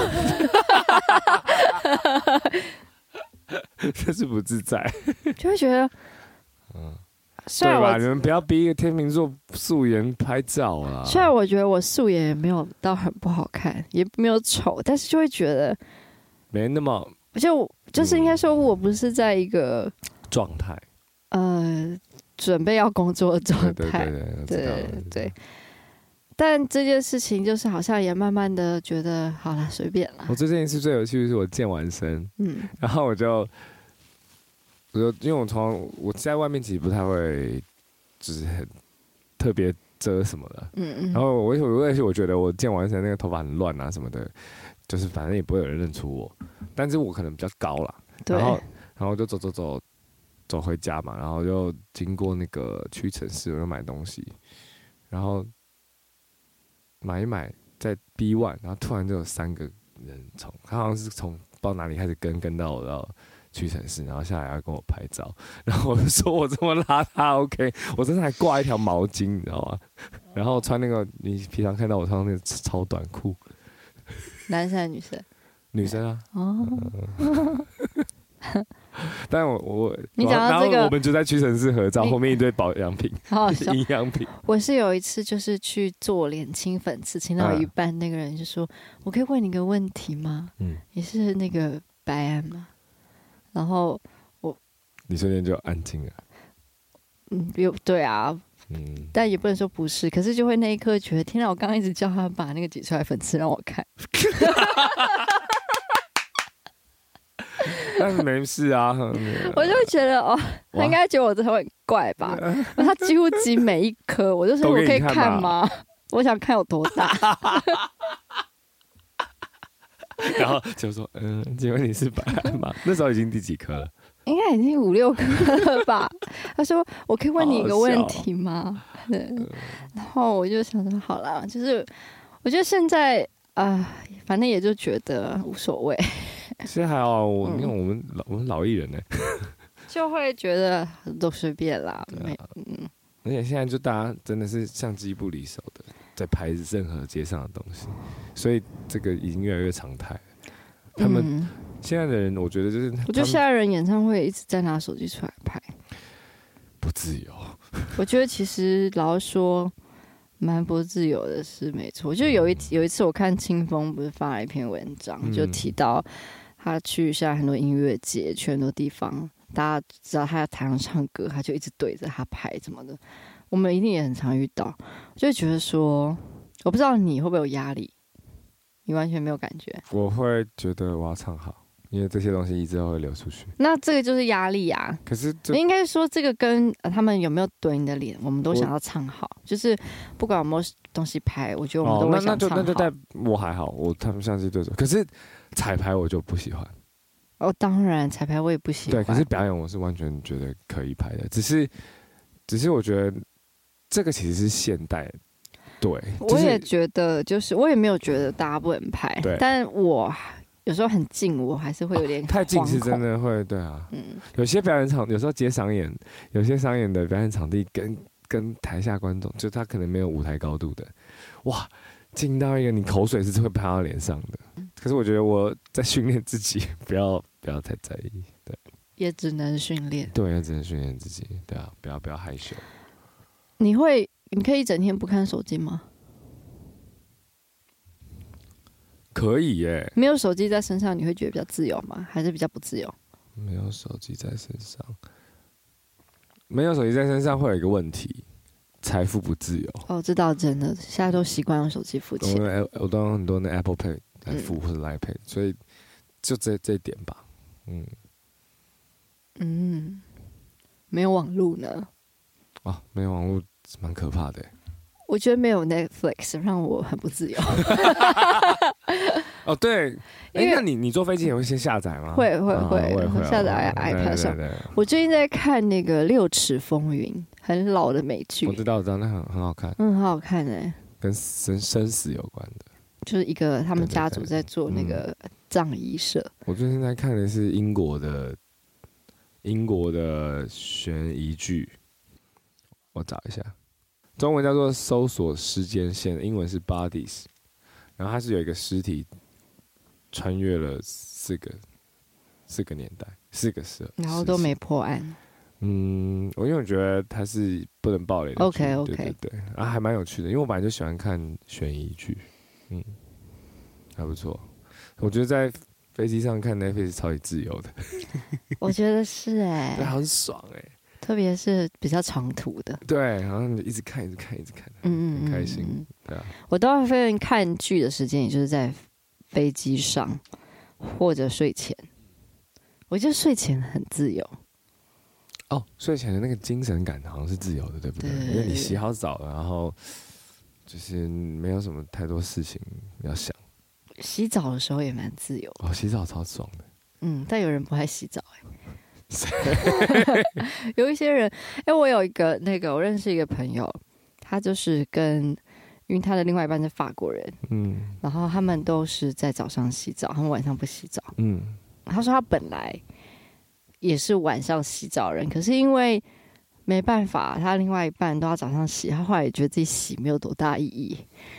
Speaker 2: 这是不自在，
Speaker 1: 就会觉得，嗯。 虽然
Speaker 2: 对吧？
Speaker 1: 我
Speaker 2: 你们不要逼一个天秤座素颜拍照啊。
Speaker 1: 虽然我觉得我素颜也没有到很不好看，也没有丑，但是就会觉得
Speaker 2: 没那么
Speaker 1: 就就是应该说我不是在一个
Speaker 2: 状态。
Speaker 1: 呃准备要工作的状态，
Speaker 2: 对对对对
Speaker 1: 对对。但这件事情就是好像也慢慢的觉得好了，随便啦。
Speaker 2: 我最近一次最有趣的是我健完身，
Speaker 1: 嗯，
Speaker 2: 然后我就我就因为我从我在外面其实不太会，就是很特别遮什么的，嗯嗯。然后我我也是我觉得我健完身那个头发很乱啊什么的，就是反正也不会有人认出我，但是我可能比较高啦，
Speaker 1: 对。
Speaker 2: 然后然后就走走走走回家嘛，然后就经过那个屈臣氏，我就买东西，然后。买一买，在 B 一，然后突然就有三个人从，他好像是从不知道哪里开始跟，跟到我到屈臣氏，然后下来要跟我拍照，然后我就说我这么邋遢 ，OK， 我身上还挂一条毛巾，你知道吗？然后穿那个你平常看到我穿那个超短裤，
Speaker 1: 男生还是女生？
Speaker 2: 女生啊。
Speaker 1: 哦。
Speaker 2: 嗯但我我
Speaker 1: 你讲到这个，
Speaker 2: 然后我们就在屈臣氏合照，后面一堆保养品、营养品。
Speaker 1: 我是有一次就是去做脸清粉刺，清到一半，那个人就说：“我可以问你个问题吗？嗯，你是那个白安吗？”然后我，
Speaker 2: 你瞬间就安静了。
Speaker 1: 嗯，有对啊，嗯，但也不能说不是，可是就会那一刻觉得，天哪！我刚刚一直叫他把那个挤出来粉刺让我看。
Speaker 2: 但是没事啊，
Speaker 1: 我就会觉得哦，他应该觉得我这很怪吧？他几乎挤每一颗，我就说我可以看吗？我想看有多大。
Speaker 2: 然后就说，嗯，请问你是白安吗？那时候已经第几颗了？
Speaker 1: 应该已经五六颗了吧？他说我可以问你一个问题吗？对，然后我就想说好了，就是我觉得现在啊、呃，反正也就觉得无所谓。
Speaker 2: 其实还好，我你看我们老我们老艺人呢，
Speaker 1: 就会觉得都随便啦，没嗯。
Speaker 2: 而且现在就大家真的是相机不离手的，在拍任何街上的东西，所以这个已经越来越常态。他们现在的人，我觉得就是，
Speaker 1: 我觉得现在人演唱会一直在拿手机出来拍，
Speaker 2: 不自由。
Speaker 1: 我觉得其实老实说，蛮不自由的是没错。就有一有一次我看清风不是发了一篇文章，嗯、就提到。他去现在很多音乐节，去很多地方，大家知道他在台上唱歌，他就一直对着他拍什么的。我们一定也很常遇到，就会觉得说，我不知道你会不会有压力，你完全没有感觉。
Speaker 2: 我会觉得我要唱好，因为这些东西一直都会流出去。
Speaker 1: 那这个就是压力啊。
Speaker 2: 可是
Speaker 1: 应该说这个跟、呃、他们有没有怼你的脸，我们都想要唱好，就是不管有没有东西拍，我觉得我们都会想唱好。
Speaker 2: 哦、那那就那就在我还好，我他们相机对手，可是。彩排我就不喜欢，
Speaker 1: 哦，当然彩排我也不喜欢。
Speaker 2: 对，可是表演我是完全觉得可以拍的，只是，只是我觉得这个其实是现代，对，就是、
Speaker 1: 我也觉得，就是我也没有觉得大家不能拍，对，但我有时候很近，我还是会有点、哦、
Speaker 2: 太近是真的会，对啊，嗯，有些表演场有时候接商演，有些商演的表演场地跟跟台下观众，就他可能没有舞台高度的，哇。进到一个你口水是会喷到脸上的，可是我觉得我在训练自己，不要不要太在意，对，
Speaker 1: 也只能训练，
Speaker 2: 对，也只能训练自己，对啊，不要不要害羞。
Speaker 1: 你会，你可以一整天不看手机吗？
Speaker 2: 可以耶。
Speaker 1: 没有手机在身上，你会觉得比较自由吗？还是比较不自由？
Speaker 2: 没有手机在身上，没有手机在身上会有一个问题。财富不自由
Speaker 1: 哦，这倒真的，现在都习惯用手机付钱。
Speaker 2: 我我都用很多那 Apple Pay 来付、嗯、或者 Line Pay， 所以就这这一点吧，嗯
Speaker 1: 嗯，没有网路呢？
Speaker 2: 啊，没有网路蛮可怕的。
Speaker 1: 我觉得没有 Netflix 让我很不自由。
Speaker 2: 哦，对，哎、欸，那你你坐飞机也会先下载吗？
Speaker 1: 会会会，
Speaker 2: 啊、会
Speaker 1: 下载 iPad 上。我最近在看那个《六尺风云》，很老的美剧。
Speaker 2: 我知道，我知道，那很很好看。
Speaker 1: 嗯，很好看哎、欸。
Speaker 2: 跟生生死有关的，
Speaker 1: 就是一个他们家族在做那个葬仪社。
Speaker 2: 嗯、我最近在看的是英国的英国的悬疑剧，我找一下。中文叫做搜索时间线，英文是 Bodies， 然后它是有一个尸体穿越了四个四个年代，四个时，
Speaker 1: 然后都没破案。
Speaker 2: 嗯，我因为我觉得它是不能爆雷的剧
Speaker 1: OK OK，
Speaker 2: 对对对，啊，还蛮有趣的，因为我本来就喜欢看悬疑剧，嗯，还不错。我觉得在飞机上看 Netflix 超级自由的，
Speaker 1: 我觉得是哎、
Speaker 2: 对，很爽哎、
Speaker 1: 特别是比较长途的，
Speaker 2: 对，然后你一直看，一直看，一直看，
Speaker 1: 嗯
Speaker 2: 很开心，
Speaker 1: 嗯嗯
Speaker 2: 对啊。
Speaker 1: 我大部分看剧的时间，也就是在飞机上或者睡前。我觉得睡前很自由。
Speaker 2: 哦，睡前的那个精神感好像是自由的，对不对？
Speaker 1: 对
Speaker 2: 因为你洗好澡了，然后就是没有什么太多事情要想。
Speaker 1: 洗澡的时候也蛮自由的，
Speaker 2: 哦，洗澡超爽的。
Speaker 1: 嗯，但有人不爱洗澡哎、有一些人，哎、我有一个那个，我认识一个朋友，他就是跟，因为他的另外一半是法国人，
Speaker 2: 嗯
Speaker 1: 然后他们都是在早上洗澡，他们晚上不洗澡。
Speaker 2: 嗯，
Speaker 1: 他说他本来也是晚上洗澡的人，可是因为没办法，他另外一半都要早上洗，他后来也觉得自己洗没有多大意义，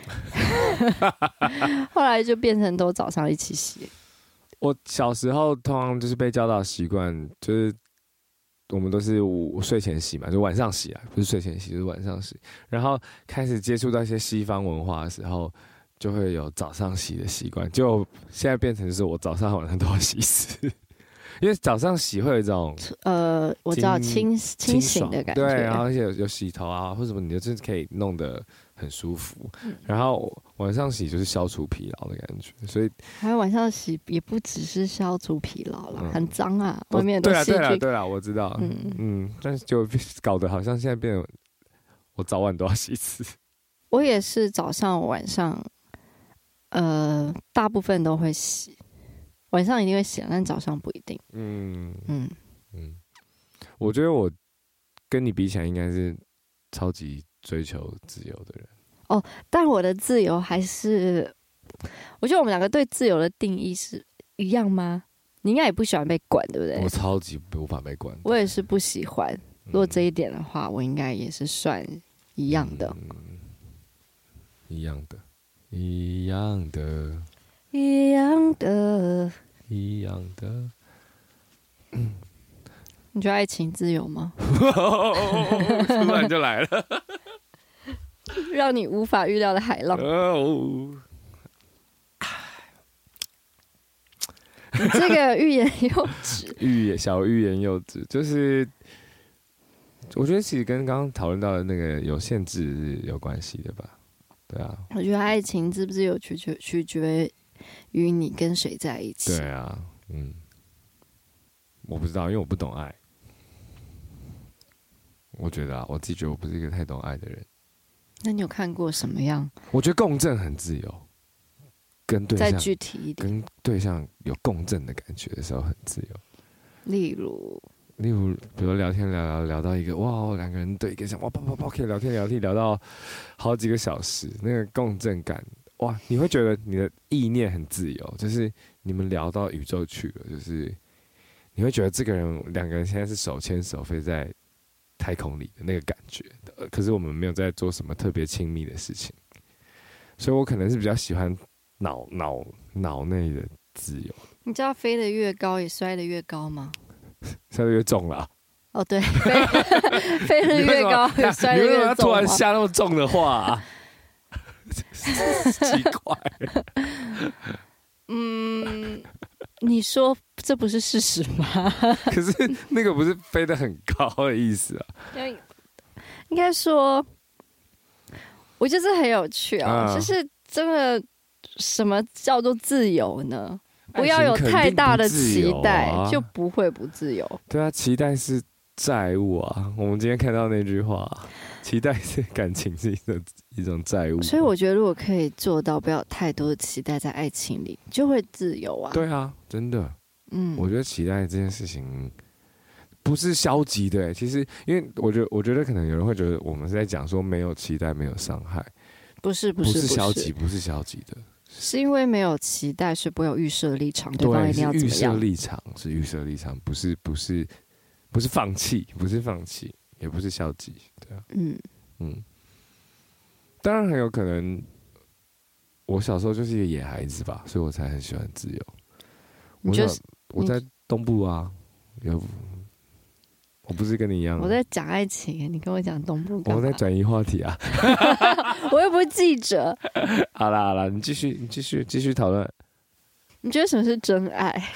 Speaker 1: 后来就变成都早上一起洗。
Speaker 2: 我小时候通常就是被教导习惯，就是我们都是午睡前洗嘛，就晚上洗啊，不是睡前洗，就是晚上洗。然后开始接触到一些西方文化的时候，就会有早上洗的习惯。就现在变成是我早上晚上都要洗一次，因为早上洗会有一种
Speaker 1: 呃，我知道清
Speaker 2: 清
Speaker 1: 清醒的感觉，
Speaker 2: 对，然后而且有有洗头啊，或者什么，你就是可以弄得很舒服。
Speaker 1: 嗯
Speaker 2: 然后晚上洗就是消除疲劳的感觉，所以
Speaker 1: 还有晚上洗也不只是消除疲劳啦，
Speaker 2: 嗯
Speaker 1: 很脏啊，外面的
Speaker 2: 对啊
Speaker 1: 细菌。
Speaker 2: 对啊对啊，我知道，
Speaker 1: 嗯
Speaker 2: 嗯嗯，但是就搞得好像现在变得我早晚都要洗一次。
Speaker 1: 我也是早上晚上，呃，大部分都会洗，晚上一定会洗，但早上不一定。
Speaker 2: 嗯
Speaker 1: 嗯，
Speaker 2: 嗯，我觉得我跟你比起来，应该是超级追求自由的人。
Speaker 1: 但我的自由还是，我觉得我们两个对自由的定义是一样吗？你应该也不喜欢被管，对不对
Speaker 2: 我？超级无法被管。
Speaker 1: 我也是不喜欢。如果这一点的话，我应该也是算一样的，
Speaker 2: 嗯一样的，一样的，
Speaker 1: 一样的。
Speaker 2: 一样的。
Speaker 1: 你觉得爱情自由吗？
Speaker 2: 突然就来了。
Speaker 1: 让你无法预料的海浪。
Speaker 2: 哦，
Speaker 1: 你这个欲言又止。
Speaker 2: 欲言小欲言又止，就是我觉得其实跟刚刚讨论到的那个有限制是有关系的吧？对啊，
Speaker 1: 我觉得爱情自不自由取决取决于你跟谁在一起。
Speaker 2: 对啊，嗯，我不知道，因为我不懂爱。我觉得啊，我自己觉得我不是一个太懂爱的人。
Speaker 1: 那你有看过什么样？
Speaker 2: 我觉得共振很自由，跟对象
Speaker 1: 再具体一点，
Speaker 2: 跟对象有共振的感觉的时候很自由。
Speaker 1: 例如，
Speaker 2: 例如，比如聊天聊聊聊到一个哇，两个人对一个想哇，啪啪啪可以聊天聊天聊到好几个小时，那个共振感哇，你会觉得你的意念很自由，就是你们聊到宇宙去了，就是你会觉得这个人两个人现在是手牵手飞在太空里的那个感觉，可是我们没有在做什么特别亲密的事情，所以我可能是比较喜欢脑脑脑内的自由，
Speaker 1: 你知道飞得越高也摔得越高吗？
Speaker 2: 摔得越重了。
Speaker 1: 哦，对，飞飞得越高也摔
Speaker 2: 你
Speaker 1: 得
Speaker 2: 为什么要突然
Speaker 1: 越重吗？
Speaker 2: 下那么重的话、啊？奇怪。
Speaker 1: 嗯，你说这不是事实吗？
Speaker 2: 可是那个不是飞得很高的意思啊。
Speaker 1: 应该说，我觉得这很有趣啊，
Speaker 2: 啊
Speaker 1: 就是真的什么叫做自由呢？不要有太大的期待，
Speaker 2: 啊、
Speaker 1: 就不会不自由。
Speaker 2: 对啊，期待是债务啊。我们今天看到那句话，期待是感情是一种一种债务。
Speaker 1: 所以我觉得，如果可以做到不要有太多的期待在爱情里，就会自由啊。
Speaker 2: 对啊，真的。
Speaker 1: 嗯，
Speaker 2: 我觉得期待这件事情不是消极的、欸。其实，因为我觉得，我觉得可能有人会觉得我们是在讲说没有期待，没有伤害。
Speaker 1: 不是，不
Speaker 2: 不
Speaker 1: 是，
Speaker 2: 是消极，不是消极的。
Speaker 1: 是因为没有期待，是不会有预设立场，对方一定要怎么
Speaker 2: 预设
Speaker 1: 样？
Speaker 2: 立场是预设立场，不是不是不是放弃，不是放弃，也不是消极，对啊，
Speaker 1: 嗯
Speaker 2: 嗯，当然很有可能，我小时候就是一个野孩子吧，所以我才很喜欢自由。我
Speaker 1: 你就是
Speaker 2: 我在东部啊，有我不是跟你一样。
Speaker 1: 我在讲爱情，你跟我讲东部干嘛？
Speaker 2: 我在转移话题啊。
Speaker 1: 我又不是记者。
Speaker 2: 好啦好啦，你继续，你继续继续讨论。
Speaker 1: 你觉得什么是真爱？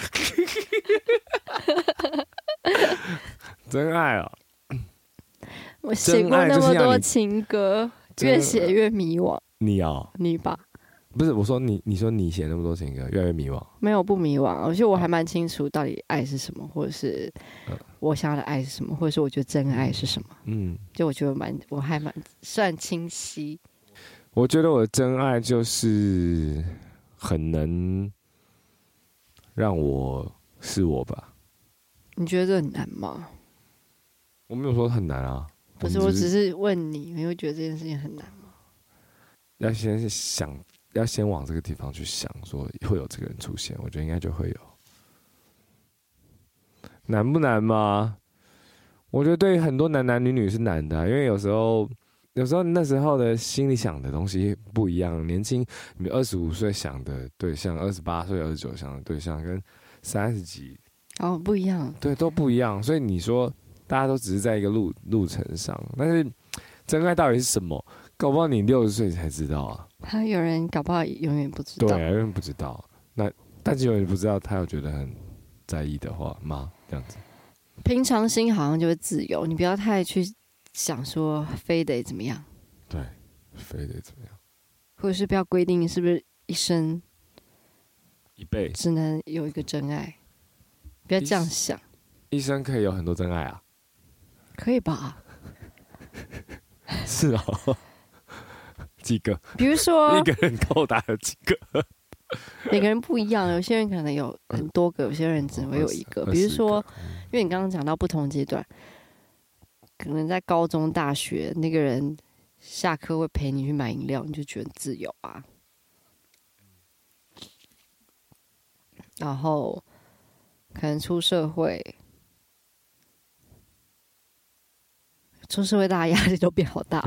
Speaker 2: 真爱哦。
Speaker 1: 我写过那么多情歌，越写越迷惘。
Speaker 2: 你哦，
Speaker 1: 你吧？
Speaker 2: 不是我说你，你说你写那么多情歌，越来越迷惘。
Speaker 1: 没有不迷惘，我觉得我还蛮清楚到底爱是什么，或者是我想要的爱是什么，或者是我觉得真爱是什么。嗯，就我觉得蛮，我还蛮算清晰。
Speaker 2: 我觉得我的真爱就是很能让我是我吧。
Speaker 1: 你觉得这很难吗？
Speaker 2: 我没有说很难啊。
Speaker 1: 不是，我只是问你，你会觉得这件事情很难吗？
Speaker 2: 要先想。要先往这个地方去想，说会有这个人出现，我觉得应该就会有。难不难吗？我觉得对很多男男女女是难的、啊，因为有时候，有时候那时候的心里想的东西不一样。年轻，你二十五岁想的对象，二十八岁、二十九想的对象，跟三十几
Speaker 1: 哦不一样，
Speaker 2: 对，都不一样。所以你说大家都只是在一个路路程上，但是真爱到底是什么？搞不好你六十岁才知道啊！
Speaker 1: 还有人搞不好永远不知道。
Speaker 2: 对啊，永远不知道。那但是永远不知道，他有觉得很在意的话吗？这样子，
Speaker 1: 平常心好像就会自由，你不要太去想说非得怎么样。
Speaker 2: 对，非得怎么样，
Speaker 1: 或者是不要规定是不是一生
Speaker 2: 一辈
Speaker 1: 只能有一个真爱，不要这样想。
Speaker 2: 一生可以有很多真爱啊？
Speaker 1: 可以吧？
Speaker 2: 是哦。几个？
Speaker 1: 比如说
Speaker 2: 一个人扣打有几个？
Speaker 1: 每个人不一样，有些人可能有很多个，有些人只会有一个。比如说，因为你刚刚讲到不同阶段，可能在高中、大学，那个人下课会陪你去买饮料，你就觉得自由啊。然后可能出社会。出社会，大家压力都变好大。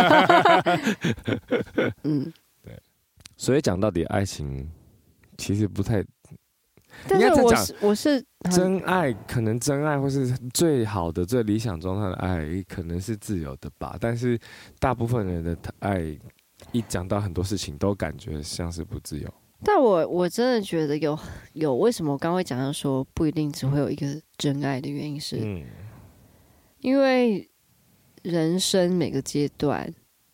Speaker 2: 嗯，对。所以讲到底，爱情其实不太。
Speaker 1: 但是我是我是
Speaker 2: 真爱，可能真爱或是最好的、最理想状态的爱，可能是自由的吧。但是大部分人的爱，一讲到很多事情，都感觉像是不自由。
Speaker 1: 但我我真的觉得有有为什么我刚会讲到说不一定只会有一个真爱的原因是，嗯、因为。人生每个阶段，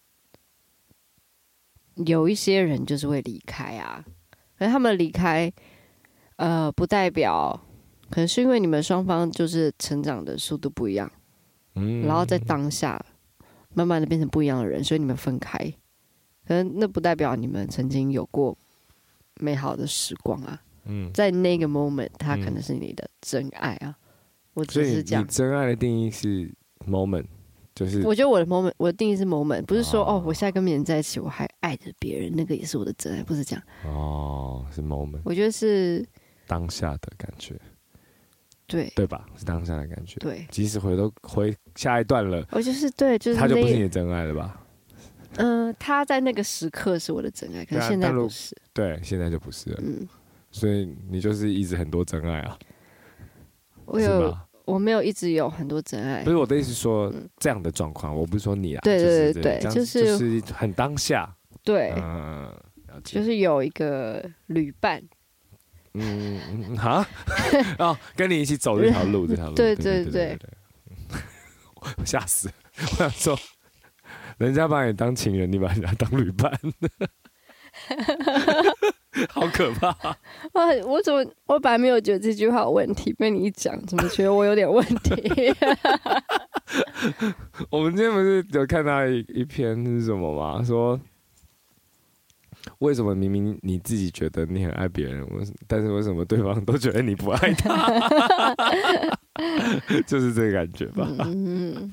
Speaker 1: 有一些人就是会离开啊，而他们离开，呃，不代表，可能是因为你们双方就是成长的速度不一样，嗯，然后在当下慢慢的变成不一样的人，所以你们分开，可能那不代表你们曾经有过美好的时光啊，嗯，在那个 moment， 他可能是你的真爱啊，嗯、我只是这样。
Speaker 2: 你真爱的定义是 moment。就是
Speaker 1: 我觉得我的 moment， 我的定义是 moment， 不是说 哦, 哦，我现在跟别人在一起，我还爱着别人，那个也是我的真爱，不是这样。
Speaker 2: 哦，是 moment。
Speaker 1: 我觉得是
Speaker 2: 当下的感觉，
Speaker 1: 对
Speaker 2: 对吧？是当下的感觉。
Speaker 1: 对，
Speaker 2: 即使回头回下一段了，
Speaker 1: 我就是对，就是、
Speaker 2: 他就不是你的真爱了吧？
Speaker 1: 嗯、呃，他在那个时刻是我的真爱，可是现在不是。
Speaker 2: 对，现在就不是了。嗯，所以你就是一直很多真爱啊。
Speaker 1: 我有。我没有一直有很多真爱，
Speaker 2: 不是我的意思说、嗯、这样的状况，我不是说你啊，
Speaker 1: 对对对对，
Speaker 2: 就是、就是很当下，
Speaker 1: 对，嗯，就是有一个旅伴，
Speaker 2: 嗯嗯哈，哦，跟你一起走这条路，这条路，
Speaker 1: 对对对对对，
Speaker 2: 我吓死了，我想说，人家把你当情人，你把人家当旅伴。好可怕！
Speaker 1: 我我怎么我本来没有觉得这句话有问题，被你一讲，怎么觉得我有点问题？
Speaker 2: 我们今天不是有看到一一篇是什么吗？说为什么明明你自己觉得你很爱别人，但是为什么对方都觉得你不爱他？就是这个感觉吧。嗯，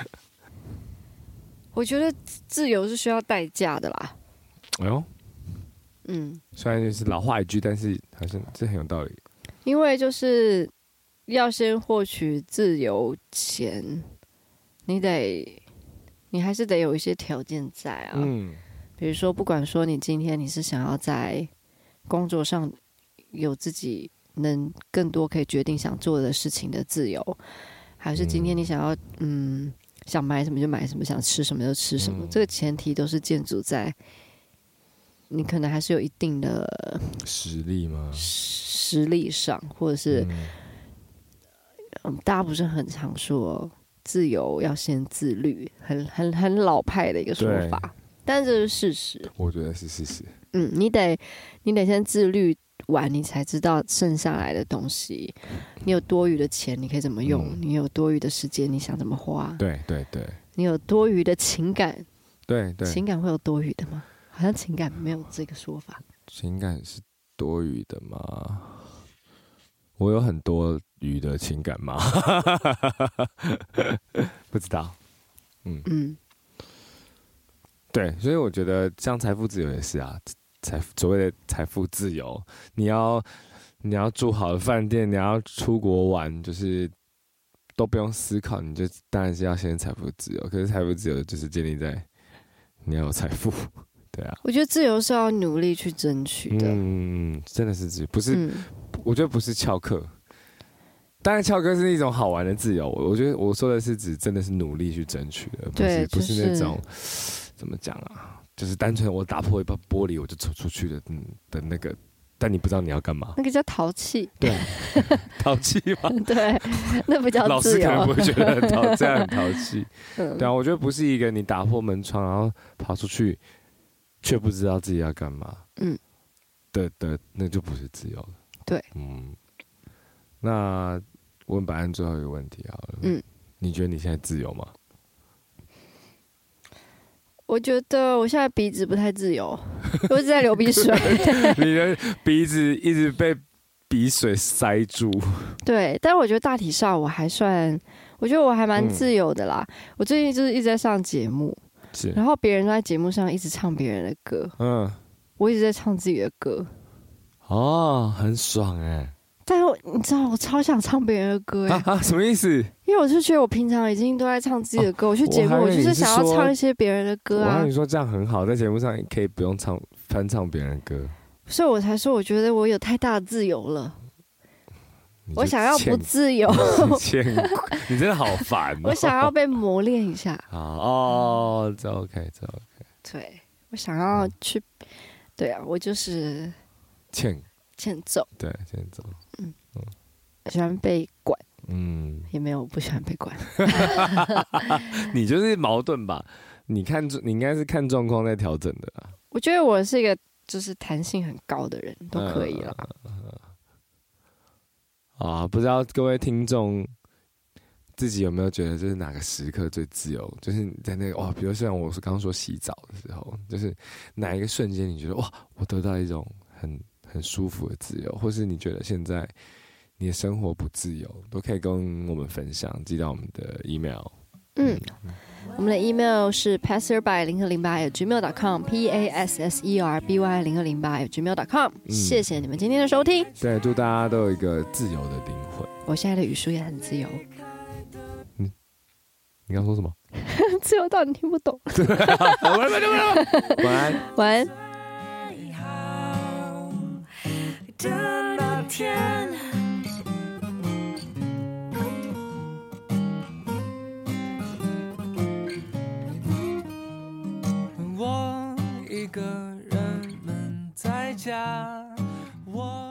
Speaker 1: 我觉得自由是需要代价的啦。
Speaker 2: 哎呦。嗯，虽然是老话一句，但是好像这很有道理。
Speaker 1: 因为就是要先获取自由前，你得，你还是得有一些条件在啊。嗯，比如说，不管说你今天你是想要在工作上有自己能更多可以决定想做的事情的自由， 还是今天你想要嗯想买什么就买什么，想吃什么就吃什么，嗯、这个前提都是建筑在你可能还是有一定的
Speaker 2: 实力吗？
Speaker 1: 实力上，或者是、嗯嗯、大家不是很常说自由要先自律，很很很老派的一个说法，但这是事实。
Speaker 2: 我觉得是事实。
Speaker 1: 嗯，你得你得先自律完，你才知道剩下来的东西，你有多余的钱你可以怎么用，嗯、你有多余的时间你想怎么花。
Speaker 2: 对对对。
Speaker 1: 你有多余的情感。
Speaker 2: 对对。
Speaker 1: 情感会有多余的吗？好像情感没有这个说法。
Speaker 2: 情感是多余的吗？我有很多余的情感吗？不知道。嗯嗯，对，所以我觉得像财富自由也是啊，财所谓的财富自由，你要你要住好的饭店，你要出国玩，就是都不用思考，你就当然是要先财富自由。可是财富自由就是建立在你要有财富。对啊，
Speaker 1: 我觉得自由是要努力去争取的。
Speaker 2: 嗯，真的是自由，不是、嗯，我觉得不是翘课。当然，翘课是一种好玩的自由。我觉得我说的是指真的是努力去争取的，不是、就是、不是那种怎么讲啊，就是单纯我打破一包玻璃我就走出去的，嗯的那个。但你不知道你要干嘛，
Speaker 1: 那个叫淘气。
Speaker 2: 对，淘气吗？
Speaker 1: 对，那不叫自由。
Speaker 2: 老师可能不会觉得很淘，这样很淘气。嗯、对啊，我觉得不是一个你打破门窗然后跑出去。却不知道自己要干嘛，嗯，的的，那就不是自由了。
Speaker 1: 对，
Speaker 2: 嗯，那问白安最后一个问题好了，嗯，你觉得你现在自由吗？
Speaker 1: 我觉得我现在鼻子不太自由，我一直在流鼻水。
Speaker 2: 你的鼻子一直被鼻水塞住。
Speaker 1: 对，但是我觉得大体上我还算，我觉得我还蛮自由的啦。嗯、我最近就是一直在上节目。然后别人都在节目上一直唱别人的歌，嗯，我一直在唱自己的歌，
Speaker 2: 哦，很爽哎、欸！
Speaker 1: 但是你知道，我超想唱别人的歌哎、
Speaker 2: 欸啊啊，什么意思？
Speaker 1: 因为我就觉得我平常已经都在唱自己的歌，哦、我去节目我就是想要唱一些别人的歌啊。
Speaker 2: 我跟你说这样很好，在节目上可以不用唱翻唱别人的歌，
Speaker 1: 所以我才说我觉得我有太大的自由了。我想要不自由，
Speaker 2: 你真的好烦、哦。
Speaker 1: 我想要被磨练一下。
Speaker 2: 哦，这 OK， 这 OK。
Speaker 1: 对，我想要去，嗯、对啊，我就是
Speaker 2: 欠
Speaker 1: 欠揍，
Speaker 2: 对，欠揍。嗯
Speaker 1: 嗯，喜欢被管，嗯，也没有不喜欢被管。
Speaker 2: 你就是矛盾吧？你看，你应该是看状况在调整的啦。
Speaker 1: 我觉得我是一个就是弹性很高的人，都可以了。嗯
Speaker 2: 啊，不知道各位听众自己有没有觉得，就是哪个时刻最自由？就是你在那个哇，比如像我刚刚说洗澡的时候，就是哪一个瞬间你觉得哇，我得到一种很很舒服的自由，或是你觉得现在你的生活不自由，都可以跟我们分享，寄到我们的 email。
Speaker 1: 嗯，我们的 email 是 passerby 零二零八 at gmail dot com p a s s e r b y 零二零八 at gmail dot com、嗯、谢谢你们今天的收听。
Speaker 2: 对，祝大家都有一个自由的灵魂。
Speaker 1: 我现在的语速也很自由。
Speaker 2: 嗯，你刚说什么？
Speaker 1: 自由到你听不懂。
Speaker 2: 晚安，
Speaker 1: 晚安。
Speaker 3: 一个人闷在家，我